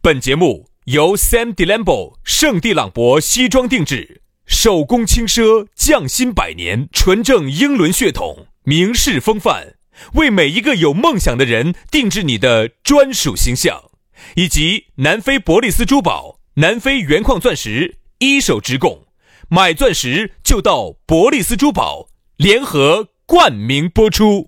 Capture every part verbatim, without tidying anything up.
本节目由 Sam Delambo 圣地朗博西装定制，手工轻奢，匠心百年，纯正英伦血统，名士风范，为每一个有梦想的人定制你的专属形象。以及南非伯利斯珠宝、南非原矿钻石一手直供，买钻石就到伯利斯珠宝，联合冠名播出。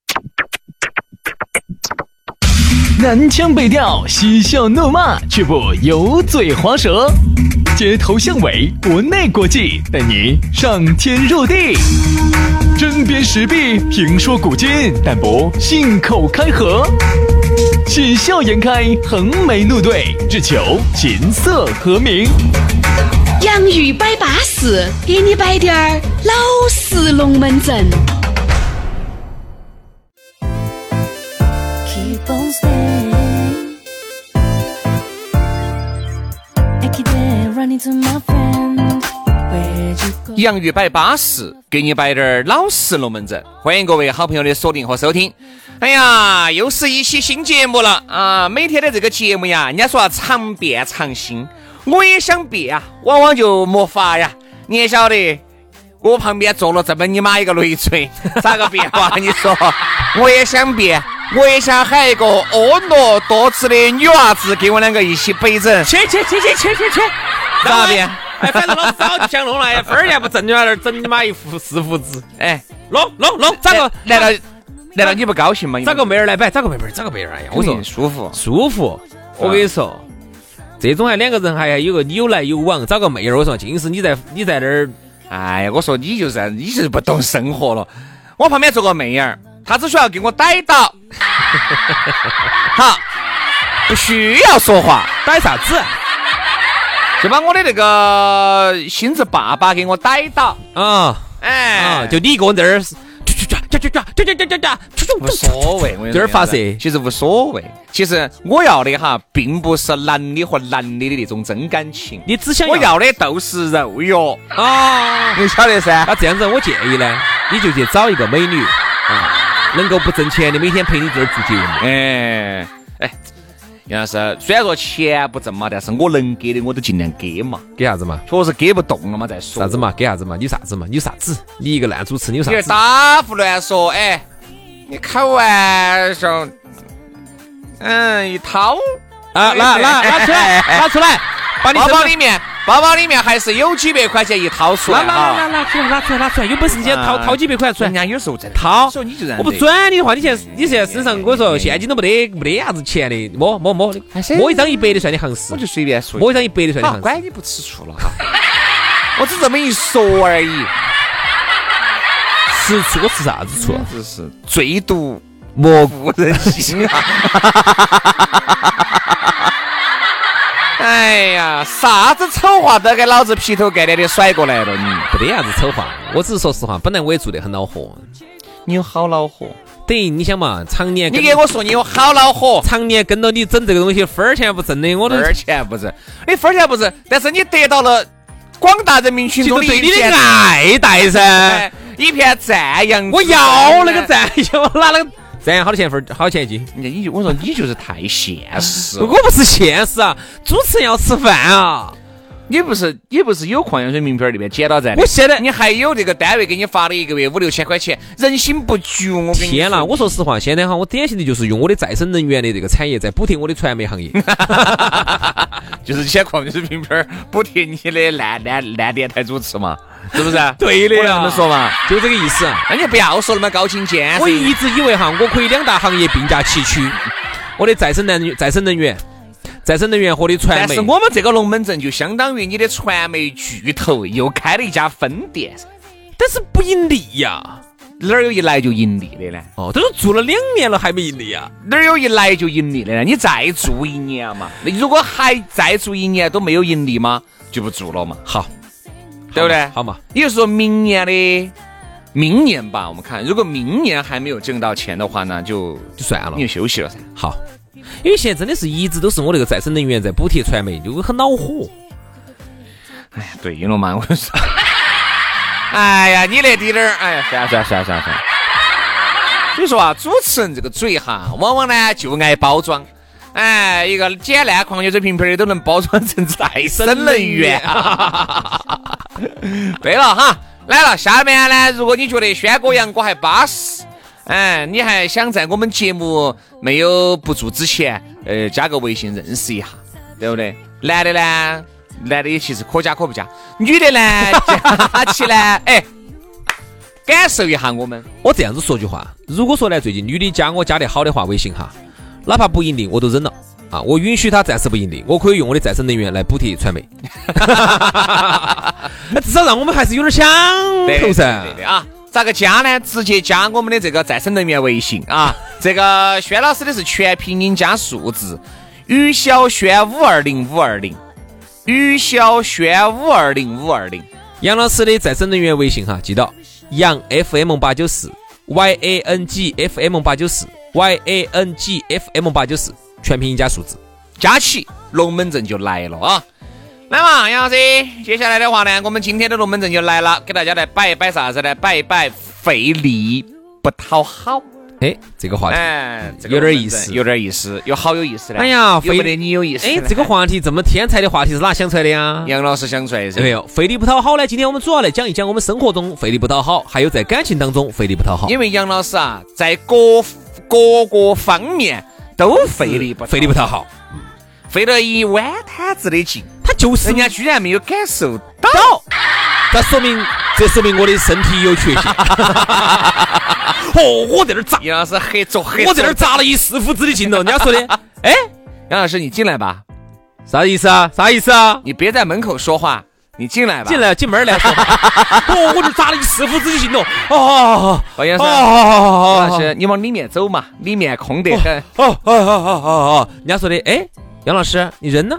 南腔北调，嬉笑怒骂，却不油嘴滑舌，街头巷尾，国内国际，带你上天入地，针砭时弊，评说古今，但不信口开河，喜笑颜开，横眉怒对，只求琴瑟和鸣。 洋芋摆巴士，给你摆点儿老式龙门阵。 洋芋摆巴士，给你摆点儿老实龙门阵。欢迎各位好朋友的锁定和收听。哎呀，又是一期新节目了啊！每天的这个节目呀，人家说常变常新，我也想变啊，往往就没法呀。你也晓得，我旁边坐了这么你妈一个累赘，咋个变化？你说，我也想变。我也想喊一个婀娜多姿的女娃子给我两个一起北整， 去去去去去去去， 咋变？ 哎，反正老子早就想弄了，哎，分儿也不挣，就在那儿整你妈一副四父子，哎，弄弄弄，咋个？ 难道难道你不高兴吗？ 找个妹儿来摆，找个妹儿，找个妹儿，哎呀，我说舒服舒服。我跟你说，这种还两个人还有个有来有往，找个妹儿，我说尽是你在你在那儿， 哎呀，我说你就是你就是不懂生活了。我旁边坐个妹儿。他只需要给我逮到，好，不需要说话， 逮啥子？ 就把我的那个心子爸爸给我逮到啊！ 哎啊，就你一个人在这儿， 无所谓， 在这儿发射， 其实无所谓。其实我要的哈，并不是男的和男的的那种真感情， 你只想我要的都是肉药啊！ 你晓得噻？ 那这样子，我建议呢，你就去找一个美女啊。能够不挣钱的，每天陪你这儿做节目。 哎哎，杨老师，虽然说钱不挣嘛，但是我能给的我都尽量给嘛。 给啥子嘛？ 确实给不动了嘛，再说。 啥子嘛？给啥子嘛？你有啥子嘛？你有啥子？你一个烂主持，你有啥子？ 你打胡乱说，哎，你开玩笑。嗯，一掏啊，拿拿拿出来，拿出来，把你包包里面。包包里面还是有几百块钱一掏出来， 拿拿拿拿出来，拿出来，拿出来，有本事你先掏掏几百块出来。 人家有时候在掏， 所以你就我不转你的话，你现在你现在身上我说现金都没得没得啥子钱的，摸摸摸摸一张一百的算你行事， 我就随便说， 摸一张一百的算你行事。 乖，你不吃醋了哈，我只这么一说而已。 吃醋我吃啥子醋？ 只是最毒莫不人心啊！哎呀，啥子丑话都给老子劈头盖脸的甩过来了，你不得啥子丑话，我只是说实话，本来我也做得很恼火。 你有好恼火？ 等于你想嘛，常年你给我说你有好恼火， 常年跟到你整这个东西，分儿钱不挣的，我都分儿钱不挣，你分儿钱不挣，但是你得到了广大人民群众的对你的爱戴噻， 一片赞扬。 我要那个赞扬，我拿那个。赞扬好多钱份，好多钱一斤？ 你我说你就是太现实了。 我不是现实啊，主持人要吃饭啊。 你不是你不是有矿泉水名片里面捡到在？ 我现在你还有这个单位给你发了一个月五六千块钱，人心不足。我跟你天哪！我说实话，现在哈，我典型的就是用我的再生能源的这个产业在补贴我的传媒行业， 就是捡矿泉水名片补贴你的烂烂烂电台主持嘛。是不是？ 对的呀， 这么说嘛， 就这个意思。 那你不要说那么高精尖。 我一直以为哈，我可以两大行业并驾齐驱，我的再生能源、再生能源、再生能源和的传媒。 但是我们这个龙门阵就相当于你的传媒巨头又开了一家分店， 但是不盈利呀。 哪儿有一来就盈利的呢？ 哦，都做了两年了还没盈利啊？ 哪儿有一来就盈利的呢？你再做一年嘛，那如果还再做一年都没有盈利吗？就不做了嘛。 好。 对不对？ 好嘛， 也就是说明年的明年吧，我们看，如果明年还没有挣到钱的话呢，就就算了， 你就休息了噻。 好，因为现在真的是一直都是我那个再生能源在补贴传媒，就很恼火。 哎呀，对了嘛，我说，哎呀，你那滴点儿，哎呀，算了算了算了算了算了。所以说啊，主持人这个嘴哈，往往呢就爱包装。 哎，一个捡烂矿泉水瓶瓶的都能包装成再生能源。对了哈，来了，下面呢，如果你觉得轩哥杨哥还巴适，哎，你还想在我们节目没有不做之前，呃，加个微信认识一下，对不对？男的呢，男的也其实可加可不加，女的呢，加起来，哎，感受一下我们。 我这样子说句话，如果说呢，最近女的加我加得好的话，微信哈，哪怕不盈利我都忍了啊，我允许她暂时不盈利，我可以用我的再生能源来补贴传媒。那至少让我们还是有点想头噻。 对的啊。咋个加呢？直接加我们的这个再生能源微信啊！这个轩老师的是全拼音加数字，于小轩五二零五二零，于小轩五二零五二零。 杨老师的再生能源微信哈，记到杨 F M 八九四 Y A N G F M 八九四 Y A N G F M 八九四，全拼音加数字， 加起龙门阵就来了啊！来嘛，杨老师，接下来的话呢，我们今天的龙门阵就来了，给大家来摆一摆啥子呢？摆一摆费力不讨好。 哎，这个话题， 哎，这个有点意思， 有点意思，有好有意思的。 哎呀， 有没得你有意思？ 哎，这个话题这么天才的话题是哪想出来的呀？ 杨老师想出来的。 没有，费力不讨好呢。今天我们主要来讲一讲我们生活中费力不讨好，还有在感情当中费力不讨好。 因为杨老师啊，在各各个方面都费力不费力不讨好， 费了一碗摊子的劲。 他就是人家居然没有感受到， 那说明这说明我的身体有缺陷。哦，我在这儿砸， 杨老师黑做黑， 我在这儿砸了一四父子的劲了。人家说的，哎， 杨老师你进来吧， 啥意思啊？啥意思啊？ 你别在门口说话，你进来吧。 进来，进门来说话。哦，我这砸了一四父子的劲了。哦， 哦，杨老师，杨老师，你往里面走嘛，里面空得很。 哦哦哦哦哦，人家说的，哎，杨老师，你人呢？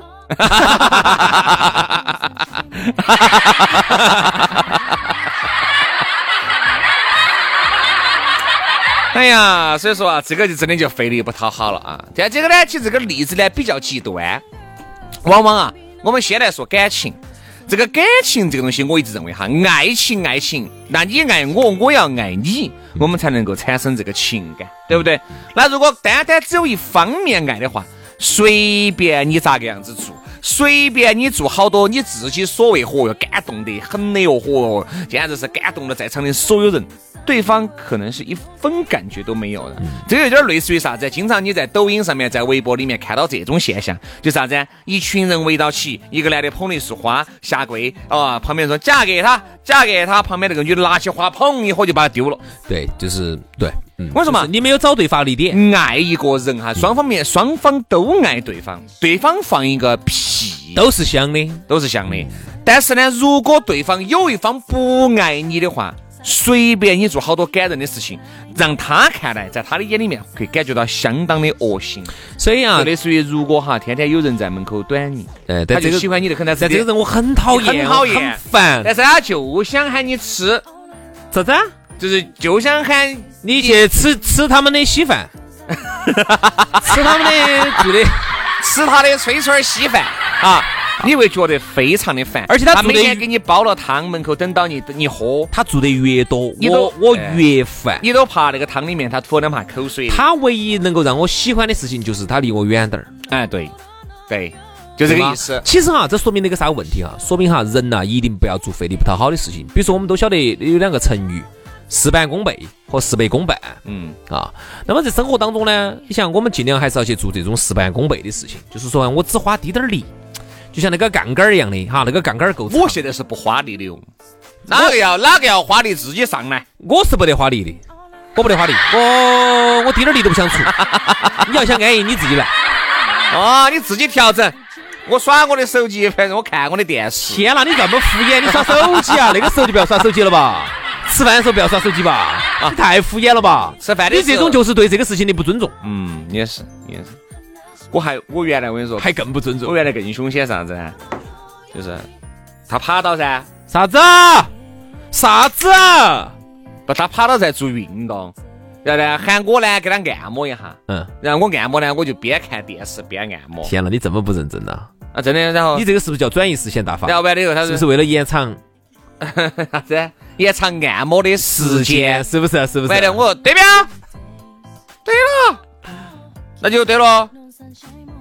哎呀，所以说啊，这个就真的就费力不讨好了啊。但这个呢，其实这个例子呢比较极端。往往啊，我们先来说感情，这个感情这个东西，我一直认为哈，爱情爱情，那你爱我，我要爱你，我们才能够产生这个情感，对不对？那如果单单只有一方面爱的话，随便你咋个样子做，随便你做好多你自己所谓嚯哟感动得很的哟，嚯，简直是感动了在场的所有人，对方可能是一分感觉都没有的。嗯、这个有点类似于啥子？经常你在抖音上面、在微博里面看到这种现象，就啥子？一群人围到起，一个男的捧了一束花下跪啊，旁边说嫁给他，嫁给他，旁边那个女的拿起花砰一火就把他丢了。 对，就是对。嗯， 为什么、 就是、你没有找对发力点？ 爱一个人哈，双方面双方都爱对方，对方放一个屁都是香的， 都是香的。但是呢，如果对方有一方不爱你的话，随便你做好多感人的事情，让他看来，在他的眼里面会感觉到相当的恶心。 所以啊， 类似于如果哈，天天有人在门口短你， 呃， 他就喜欢你的很，但是这个人我很讨厌， 很讨厌， 很烦， 但是他就想喊你吃， 啥子？ 就是就想喊你去吃吃他们的稀饭，吃他们的做的， 吃他的炊炊稀饭啊！你会觉得非常的烦， 而且他他每天给你煲了汤，门口等到你你喝， 他做的越多， 你都我我越烦， 你都怕那个汤里面他吐两盘口水。 他唯一能够让我喜欢的事情就是他离我远点儿。 哎，对，对，就这个意思。 其实哈，这说明了一个啥问题哈？说明哈，人呐、啊、一定不要做费力不讨好的事情。比如说，我们都晓得有两个成语。事半功倍和事倍功半，嗯啊，那么在生活当中呢，你想我们尽量还是要去做这种事半功倍的事情，就是说我只花滴点儿力，就像那个杠杆一样的哈，那个杠杆够长。 我现在是不花力的哟，哪个要哪个要花力自己上来， 我是不得花力的，我不得花力，我我滴点儿力都不想出。你要想安逸，你自己来。 哦，你自己调整。我耍我的手机，反正我看我的电视。 天哪，你这么敷衍，你耍手机啊？那个时候就不要耍手机了吧？吃饭的时候不要耍手机吧？啊，你太敷衍了吧？ 吃饭的时候， 你这种就是对这个事情的不尊重。 嗯，也是，也是。我还我原来我跟你说， 还更不尊重。 我原来更凶些啥子呢？就是他爬到噻， 啥子？啥子？ 不，他爬到在做运动，然后呢喊我呢给他按摩一下，嗯，然后我按摩呢，我就边看电视边按摩。 天哪，你这么不认真呐？ 啊，真的。然后你这个是不是叫转移视线大法？ 然后完了以后，他是不是为了延长？ 啥子？延长按摩的时间， 是不是？是不是？ 完了，我对不对？对了，那就对了。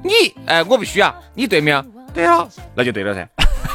你哎、呃，我不需要，你对没有？对了，那就对了噻。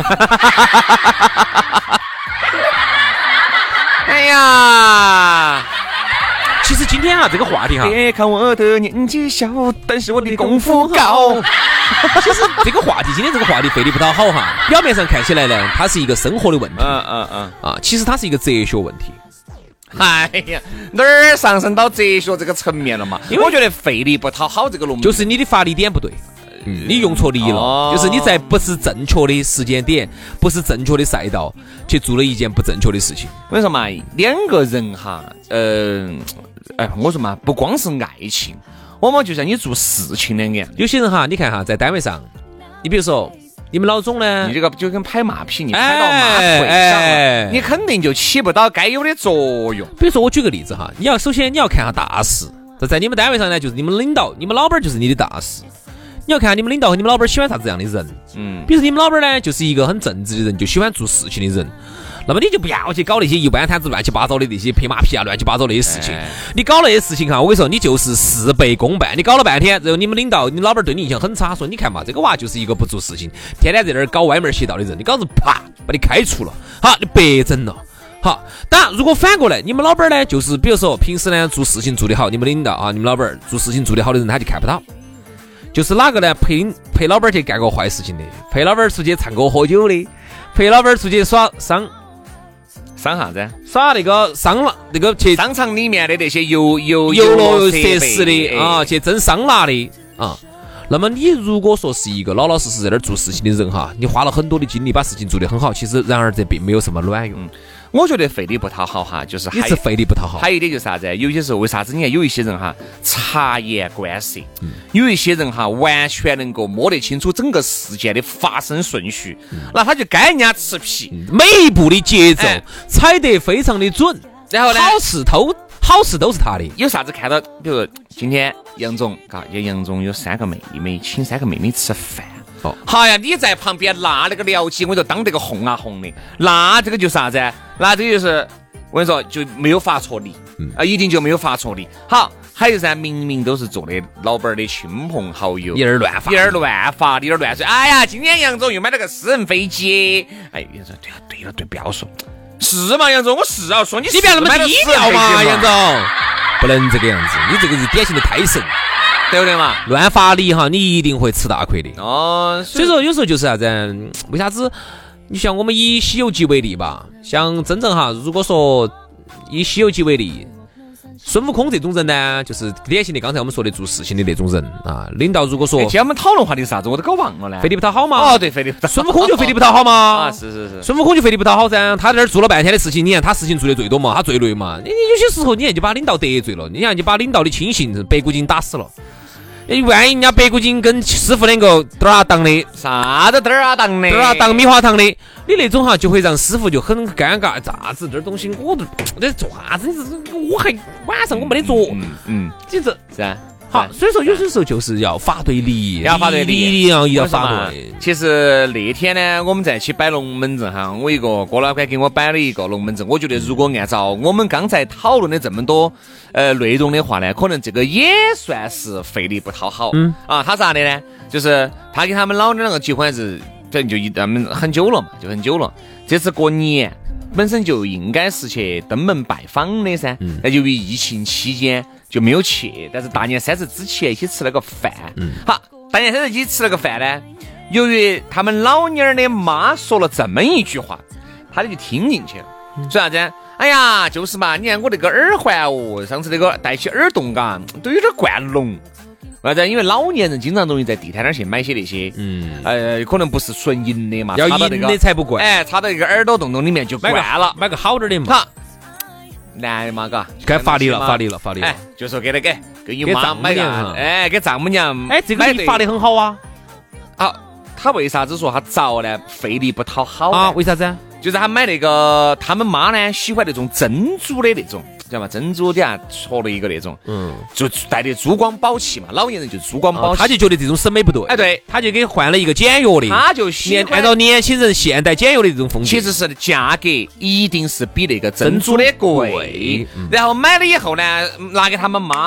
哎呀， 其实今天啊，这个话题哈， 别看我的年纪小，但是我的功夫高。 其实这个话题，今天这个话题费力不讨好哈。表面上看起来呢，它是一个生活的问题， 嗯嗯嗯啊，其实它是一个哲学问题。 哎呀，哪儿上升到哲学这个层面了嘛？因为我觉得费力不讨好这个龙， 就是你的发力点不对。嗯，你用错力了，哦、就是你在不是正确的时间点，不是正确的赛道，去做了一件不正确的事情。 我跟你说嘛，两个人哈，呃，哎，我说嘛，不光是爱情，往往就像你做事情两样。 有些人哈，你看哈，在单位上，你比如说你们老总呢， 你这个就跟拍马屁，你拍到马腿上了，哎哎、你肯定就起不到该有的作用。 比如说我举个例子哈，你要首先你要看下大事，在你们单位上呢，就是你们领导，你们老板就是你的大事。你要看你们领导和你们老板喜欢啥子样的人，嗯，比如说你们老板呢，就是一个很正直的人，就喜欢做事情的人，那么你就不要去搞那些一般摊子乱七八糟的那些拍马屁啊、乱七八糟的那些事情。哎、你搞那些事情哈，我跟你说，你就是事倍功半。你搞了半天，然后你们领导、你老板对你印象很差，说你看嘛，这个娃就是一个不做事情，天天在那儿搞歪门邪道的人，你搞子啪把你开除了，好，你白整了。好，当然如果反过来，你们老板呢，就是比如说平时呢做事情做得好，你们领导啊、你们老板做事情做得好的人，他就看不到。就是哪个呢？陪陪老板去干过坏事情的，陪老板出去唱歌喝酒的，陪老板出去耍商商啥子？ 耍那个商了那个去商场里面的那些游游游乐设施的啊，去蒸桑拿的啊。那么你如果说是一个老老实实在那儿做事情的人哈，你花了很多的精力把事情做得很好，其实然而这并没有什么卵用。嗯， 我觉得费力不讨好哈，就是还是费力不讨好。 还有一点就是啥子？有些时候为啥子你看有一些人哈察言观色，嗯、有一些人哈完全能够摸得清楚整个事件的发生顺序，嗯、那他就该人家吃皮， 嗯、每一步的节奏、哎、踩得非常的准， 然后呢， 好事都好事都是他的。 有啥子看到，比如今天杨总，嘎，杨总有三个妹妹，请三个妹妹吃饭。哦，好呀，你在旁边拿那个聊起，我就当这个红啊红的，那这个就是啥子？那这个就是我跟你说就没有发错力，嗯啊，一定就没有发错力。好，还有噻，明明都是做的老板的亲朋好友， 一点乱发， 一点乱发，一点乱说。哎呀，今天杨总又买了个私人飞机。哎，杨总，对了对了对，不要说，是吗？杨总，我是啊，说你你不要那么低调嘛，杨总，不能这个样子，你这个是典型的胎神。 对不对嘛？ 乱发力哈，你一定会吃大亏的。 哦， 所以说有时候就是啥子？为啥子？你像我们以《西游记》为例吧，像真正哈，如果说以《西游记》为例，孙悟空这种人呢，就是典型的刚才我们说的做事情的那种人啊。领导如果说， 今天我们讨论话题是啥子？我都搞忘了呢。 费力不讨好嘛？ 哦，对，费力不讨好。 孙悟空就费力不讨好嘛？ 啊，是是是。 孙悟空就费力不讨好噻，他在那儿做了半天的事情，你看他事情做的最多嘛，他最累嘛。你有些时候你看就把领导得罪了，你看就把领导的亲信白骨精打死了。万一人家白骨精跟师傅两个嘚儿当的， 啥子嘚儿当的， 嘚儿当米花糖的，你那种哈就会让师傅就很尴尬。啥子这东西我都这做啥子？我还晚上我没得做， 嗯嗯， 这这是啊。 好，所以说有些时候就是要发对力， 要发对力， 一定要要发对。 其实那天呢，我们在一起摆龙门阵哈，我一个郭老倌给我摆了一个龙门阵。我觉得如果按照我们刚才讨论的这么多呃内容的话呢，可能这个也算是费力不讨好。嗯啊，他咋的呢？就是他给他们老娘两个结婚还是反正就一他们很久了嘛，就很久了。这次过年本身就应该是去登门拜访的噻，那、嗯、由于疫情期间就没有去，但是大年三十之前一起吃了个饭。嗯，好，大年三十一起吃了个饭呢，由于他们老妞儿的妈说了这么一句话，他就听进去了。说啥子？哎呀，就是嘛，你看我那个耳环哦，上次那个戴起耳洞嘎，都有点灌聋。为啥子？因为老年人经常容易在地摊那儿去买些那些，嗯，呃，可能不是纯银的嘛， 要银的才不灌。 哎，插到一个耳朵洞洞里面就灌了， 买个好点的嘛。 男的嘛，嘎， 该发力了，发力了，发力了。 哎，就说给他给给你妈买个，哎，给丈母娘。 哎，这个你发的很好啊。 好，他为啥子说他着呢？费力不讨好啊？为啥子？ 就是他买那个，他们妈呢喜欢那种珍珠的那种。知道吗？珍珠底下戳了一个那种，嗯，就带的珠光宝气嘛。老年人就珠光宝气、哦， 他就觉得这种审美不对， 哎，对， 他就给换了一个简约的， 他就喜按照年轻人现代简约的这种风格。 其实是价格一定是比那个珍珠的贵，嗯、然后买了以后呢，拿给他们妈。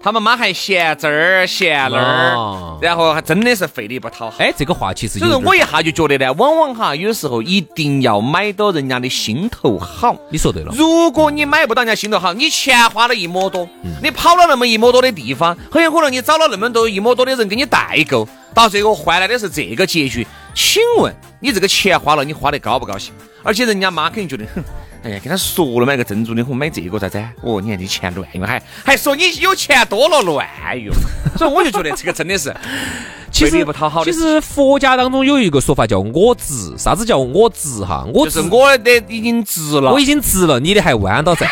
他们妈还嫌这儿嫌那儿， 哦然后还真的是费力不讨好。 哎，这个话其实有点， 所以说我一下就觉得呢，往往哈，有时候一定要买到人家的心头好。 你说对了。 如果你买不到人家心头好，你钱花了一抹多， 嗯你跑了那么一抹多的地方，很有可能你找了那么多一抹多的人给你代购，到最后换来的是这个结局。请问你这个钱花了，你花得高不高兴？而且人家妈肯定觉得，哼。哎呀，跟他说了买个珍珠的，我买这个咋子？哦，你看你钱乱用，还还说你有钱多了乱用，所以我就觉得这个真的是其实不讨好的。 其实佛家当中有一个说法叫我执，啥子叫我执哈？我就是我的已经直了， 我已经直了，你的还弯到在。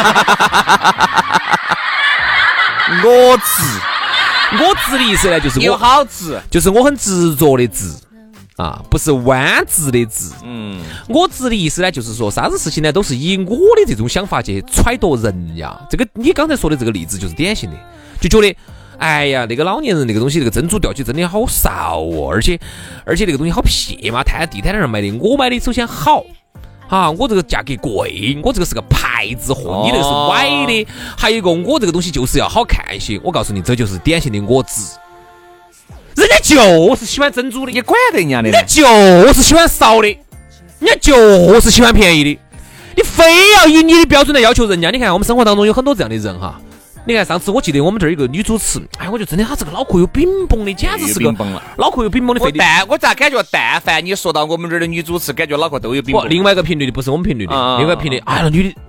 我直， 我执的意思呢，就是有我好直， 就是我很执着的执。啊，不是弯直的直。 嗯， 我直的意思呢，就是说啥子事情呢，都是以我的这种想法去揣度人呀。这个你刚才说的这个例子就是典型的，就觉得，哎呀，那个老年人那个东西，那个珍珠吊起真的好少哦，而且而且那个东西好撇嘛，摊地摊上卖的，我买的首先好。啊，我这个价格贵，我这个是个牌子货，哦、你那个是歪的。还有一个，我这个东西就是要好看一些。我告诉你，这就是典型的我直。人家就是喜欢珍珠的， 你管得人家的， 人家就是喜欢少的，人家就是喜欢便宜的，你非要以你的标准来要求人家。你看我们生活当中有很多这样的人哈。你看上次我记得我们这儿有个女主持，哎，我就真的她这个脑壳有饼崩的，简直是个脑壳有饼崩的。 我但我咋感觉，但凡你说到我们这儿的女主持，感觉脑壳都有饼崩。 另外一个频率的不是我们频率的，啊、另外一个频率，哎，那女的。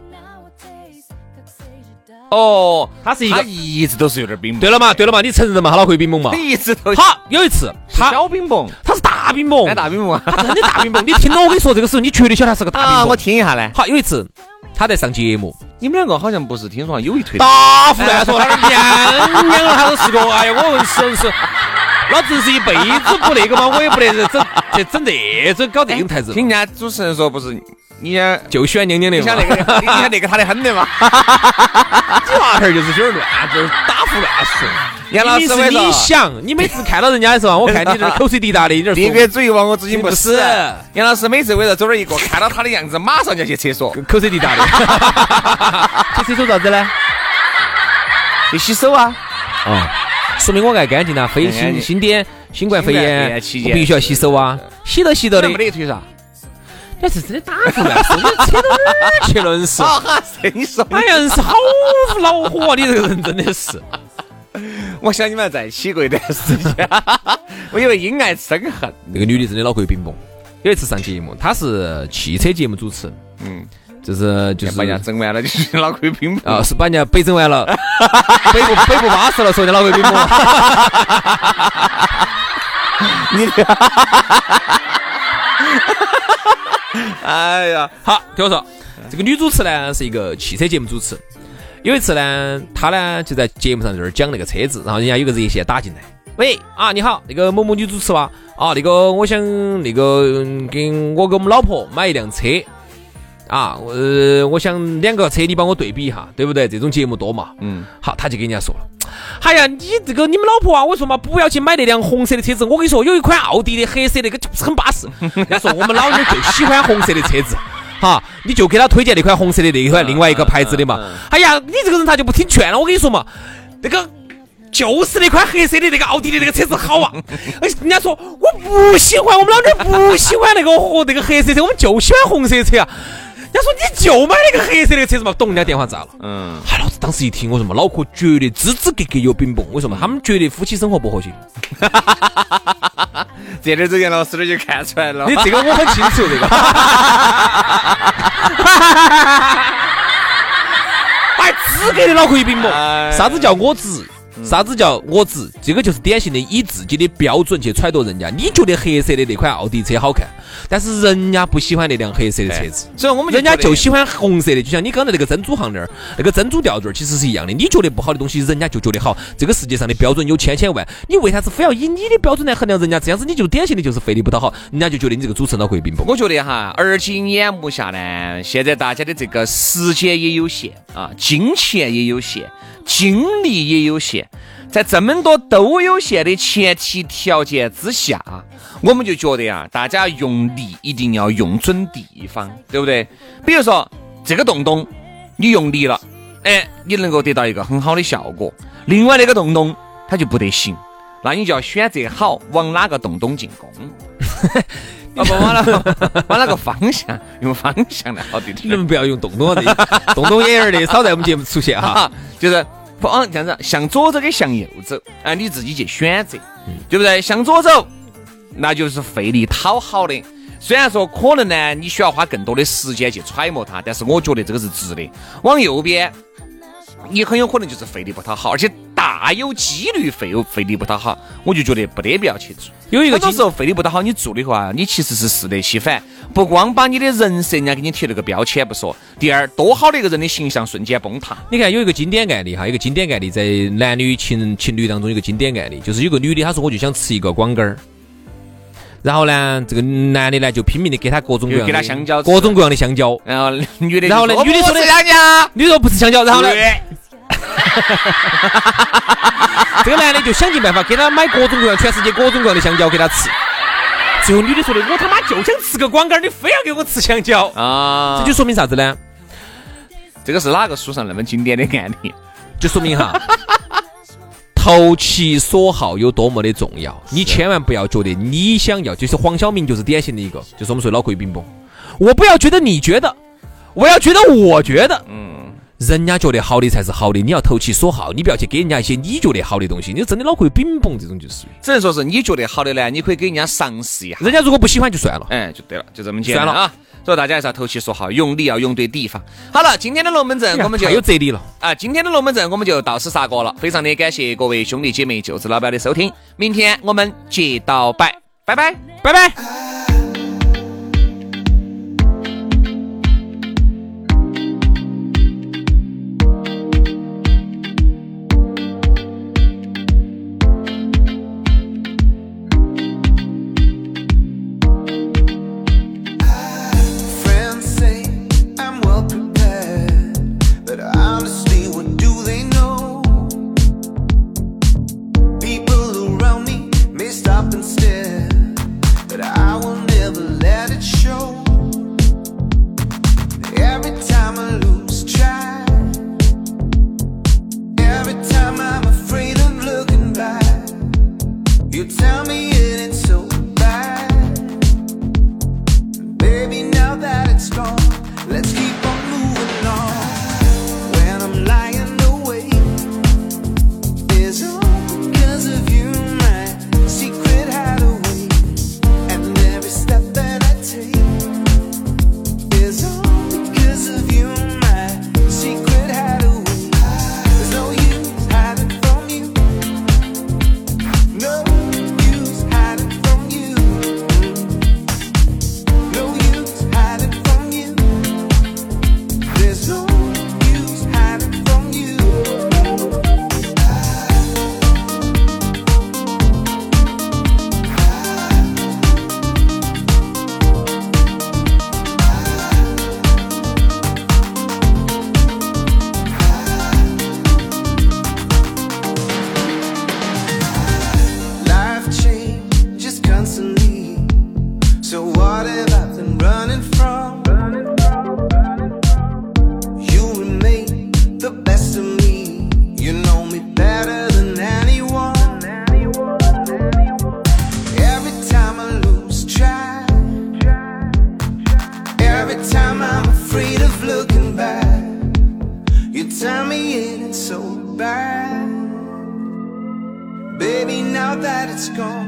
哦， 他是一个， 他一直都是有点冰崩。 对了嘛，对了嘛，你承认嘛，他脑壳有冰崩嘛？ 一直都。 好，有一次他小冰崩， 他是大冰崩， 大冰崩啊， 他真的大冰崩。你听到我跟你说这个时候，你绝对晓得他是个大冰崩。 啊，我听一下呢。 好，有一次他在上节目， 你们两个好像不是听说有一腿大胡乱说，他是娘娘了，他都是个，哎呀，我问是是，老子是一辈子不那个嘛，我也不得整这整这种搞这种台子。 听人家主持人说不是。你就喜欢娘娘的嘛？ 你想那个，你看那个他的很的嘛？ 这娃儿就是有点乱，就是打胡乱说。 杨老师， 是你想，你每次看到人家的时候，我看你这口水滴答的，有点闭个嘴，忘我自己不死。杨老师每次为了走那儿一个，看到他的样子，马上就去厕所， 口水滴答的。去厕所咋子呢？ 去洗手啊！ 哦，说明我爱干净啊！非新新典新冠肺炎，我必须要洗手啊！洗都洗到的。 没得腿啥？ 那是真的打胡乱说，你扯到哪儿去了？是啊，你说， 哎呀，是好恼火啊！你这个人真的是。 我想你们在一起过一段时间，我以为因爱生恨。 那个女的真的脑壳有冰崩。有一次上节目，她是汽车节目主持， 嗯， 就是就是把人家整完了，就是脑壳有冰崩啊，是把人家北整完了，北部北部巴适了，所以人家脑壳有冰崩。 你。哎呀， 好，听我说，这个女主持呢是一个汽车节目主持。有一次呢，她呢就在节目上就是讲那个车子，然后人家有个热线打进来，喂啊，你好，那个某某女主持吧，啊，那个我想那个给我给我们老婆买一辆车啊，呃，我想两个车你帮我对比一下，对不对？这种节目多嘛，嗯，好，他就跟人家说了。哎呀，你这个你们老婆啊，我说嘛，不要去买那辆红色的车子。我跟你说，有一款奥迪的黑色那个就是很巴适。人家说我们老娘就喜欢红色的车子，哈，你就给他推荐那款红色的那一款另外一个牌子的嘛。哎呀，你这个人他就不听劝了。我跟你说嘛，那个就是那款黑色的那个奥迪的那个车子好啊。人家说我不喜欢，我们老娘不喜欢那个那个黑色车，我们就喜欢红色车啊。人家说你就买那个黑色那个车子嘛，咚，人家电话炸了。嗯，哎，老子当时一听，我说嘛，脑壳绝对支支格格有冰崩。为什么？他们绝对夫妻生活不和谐。 这点这杨老师的就看出来了。 你这个我很清楚，这个。哎，资格的脑壳有冰崩。啥子叫我直？啥子叫我直？这个就是典型的以自己的标准去揣度人家。你觉得黑色的那款奥迪车好看，但是人家不喜欢那辆黑色的车子， 所以我们人家就喜欢红色的。就像你刚才那个珍珠项链，那个珍珠吊坠其实是一样的。你觉得不好的东西，人家就觉得好。这个世界上的标准有千千万，你为啥子非要以你的标准来衡量人家？这样子你就典型的就是费力不讨好，人家就觉得你这个主持人脑壳有冰崩。 我觉得哈，而今眼目下呢，现在大家的这个时间也有限啊，金钱也有限，精力也有限。在这么多都有限的前提条件之下，我们就觉得呀，大家用力一定要用准地方，对不对？比如说这个洞洞，你用力了，哎，你能够得到一个很好的效果。 另外那个洞洞它就不得行，那你就要选择好往哪个洞洞进攻。啊不，往哪个往哪个方向？用方向来好对点。 你们不要用洞洞的，洞洞眼儿的少在我们节目出现哈。 就是往这样子，向左走跟向右走，啊，你自己去选择，对不对？向左走，那就是费力讨好的。虽然说可能呢，你需要花更多的时间去揣摩它，但是我觉得这个是值的。往右边，你很有可能就是费力不讨好，而且大有几率费费力不讨好，我就觉得不得必要去做。 有一个很多时候费力不讨好，你做的话，你其实是适得其反。不光把你的人设人家给你贴了个标签不说，第二，多好的一个人的形象瞬间崩塌。 你看有一个经典案例哈，一个经典案例在男女情情侣当中一个经典案例，就是有个女的她说我就想吃一个广根儿。然后呢，这个男的呢就拼命的给他各种各样的给他香蕉， 各种各样的香蕉。 然后女的， 然后呢，女的说的香蕉， 女的说不吃香蕉。然后呢，这个男的就想尽办法给他买各种各样、全世界各种各样的香蕉给他吃。最后女的说的，我他妈就想吃个广杆，你非要给我吃香蕉啊！这就说明啥子呢？ 这个是哪个书上那么经典的案例？ 就说明哈。投其所好有多么的重要，你千万不要觉得你想要，就是黄晓明就是典型的一个，就是我们说脑壳有冰崩。我不要觉得你觉得，我要觉得我觉得，嗯，人家觉得好的才是好的，你要投其所好，你不要去给人家一些你觉得好的东西，你真的脑壳有冰崩，这种就是只能说是你觉得好的呢，你可以给人家尝试一下， 人家如果不喜欢就算了， 哎，就对了，就这么简单了啊。所以大家还是要投其所好，用力要用对地方。好了，今天的龙门阵我们就太有哲理了啊！今天的龙门阵我们就到此杀过了，非常的感谢各位兄弟姐妹、舅子老表的收听，明天我们接到拜，拜拜， 拜拜。 Baby, now that it's gone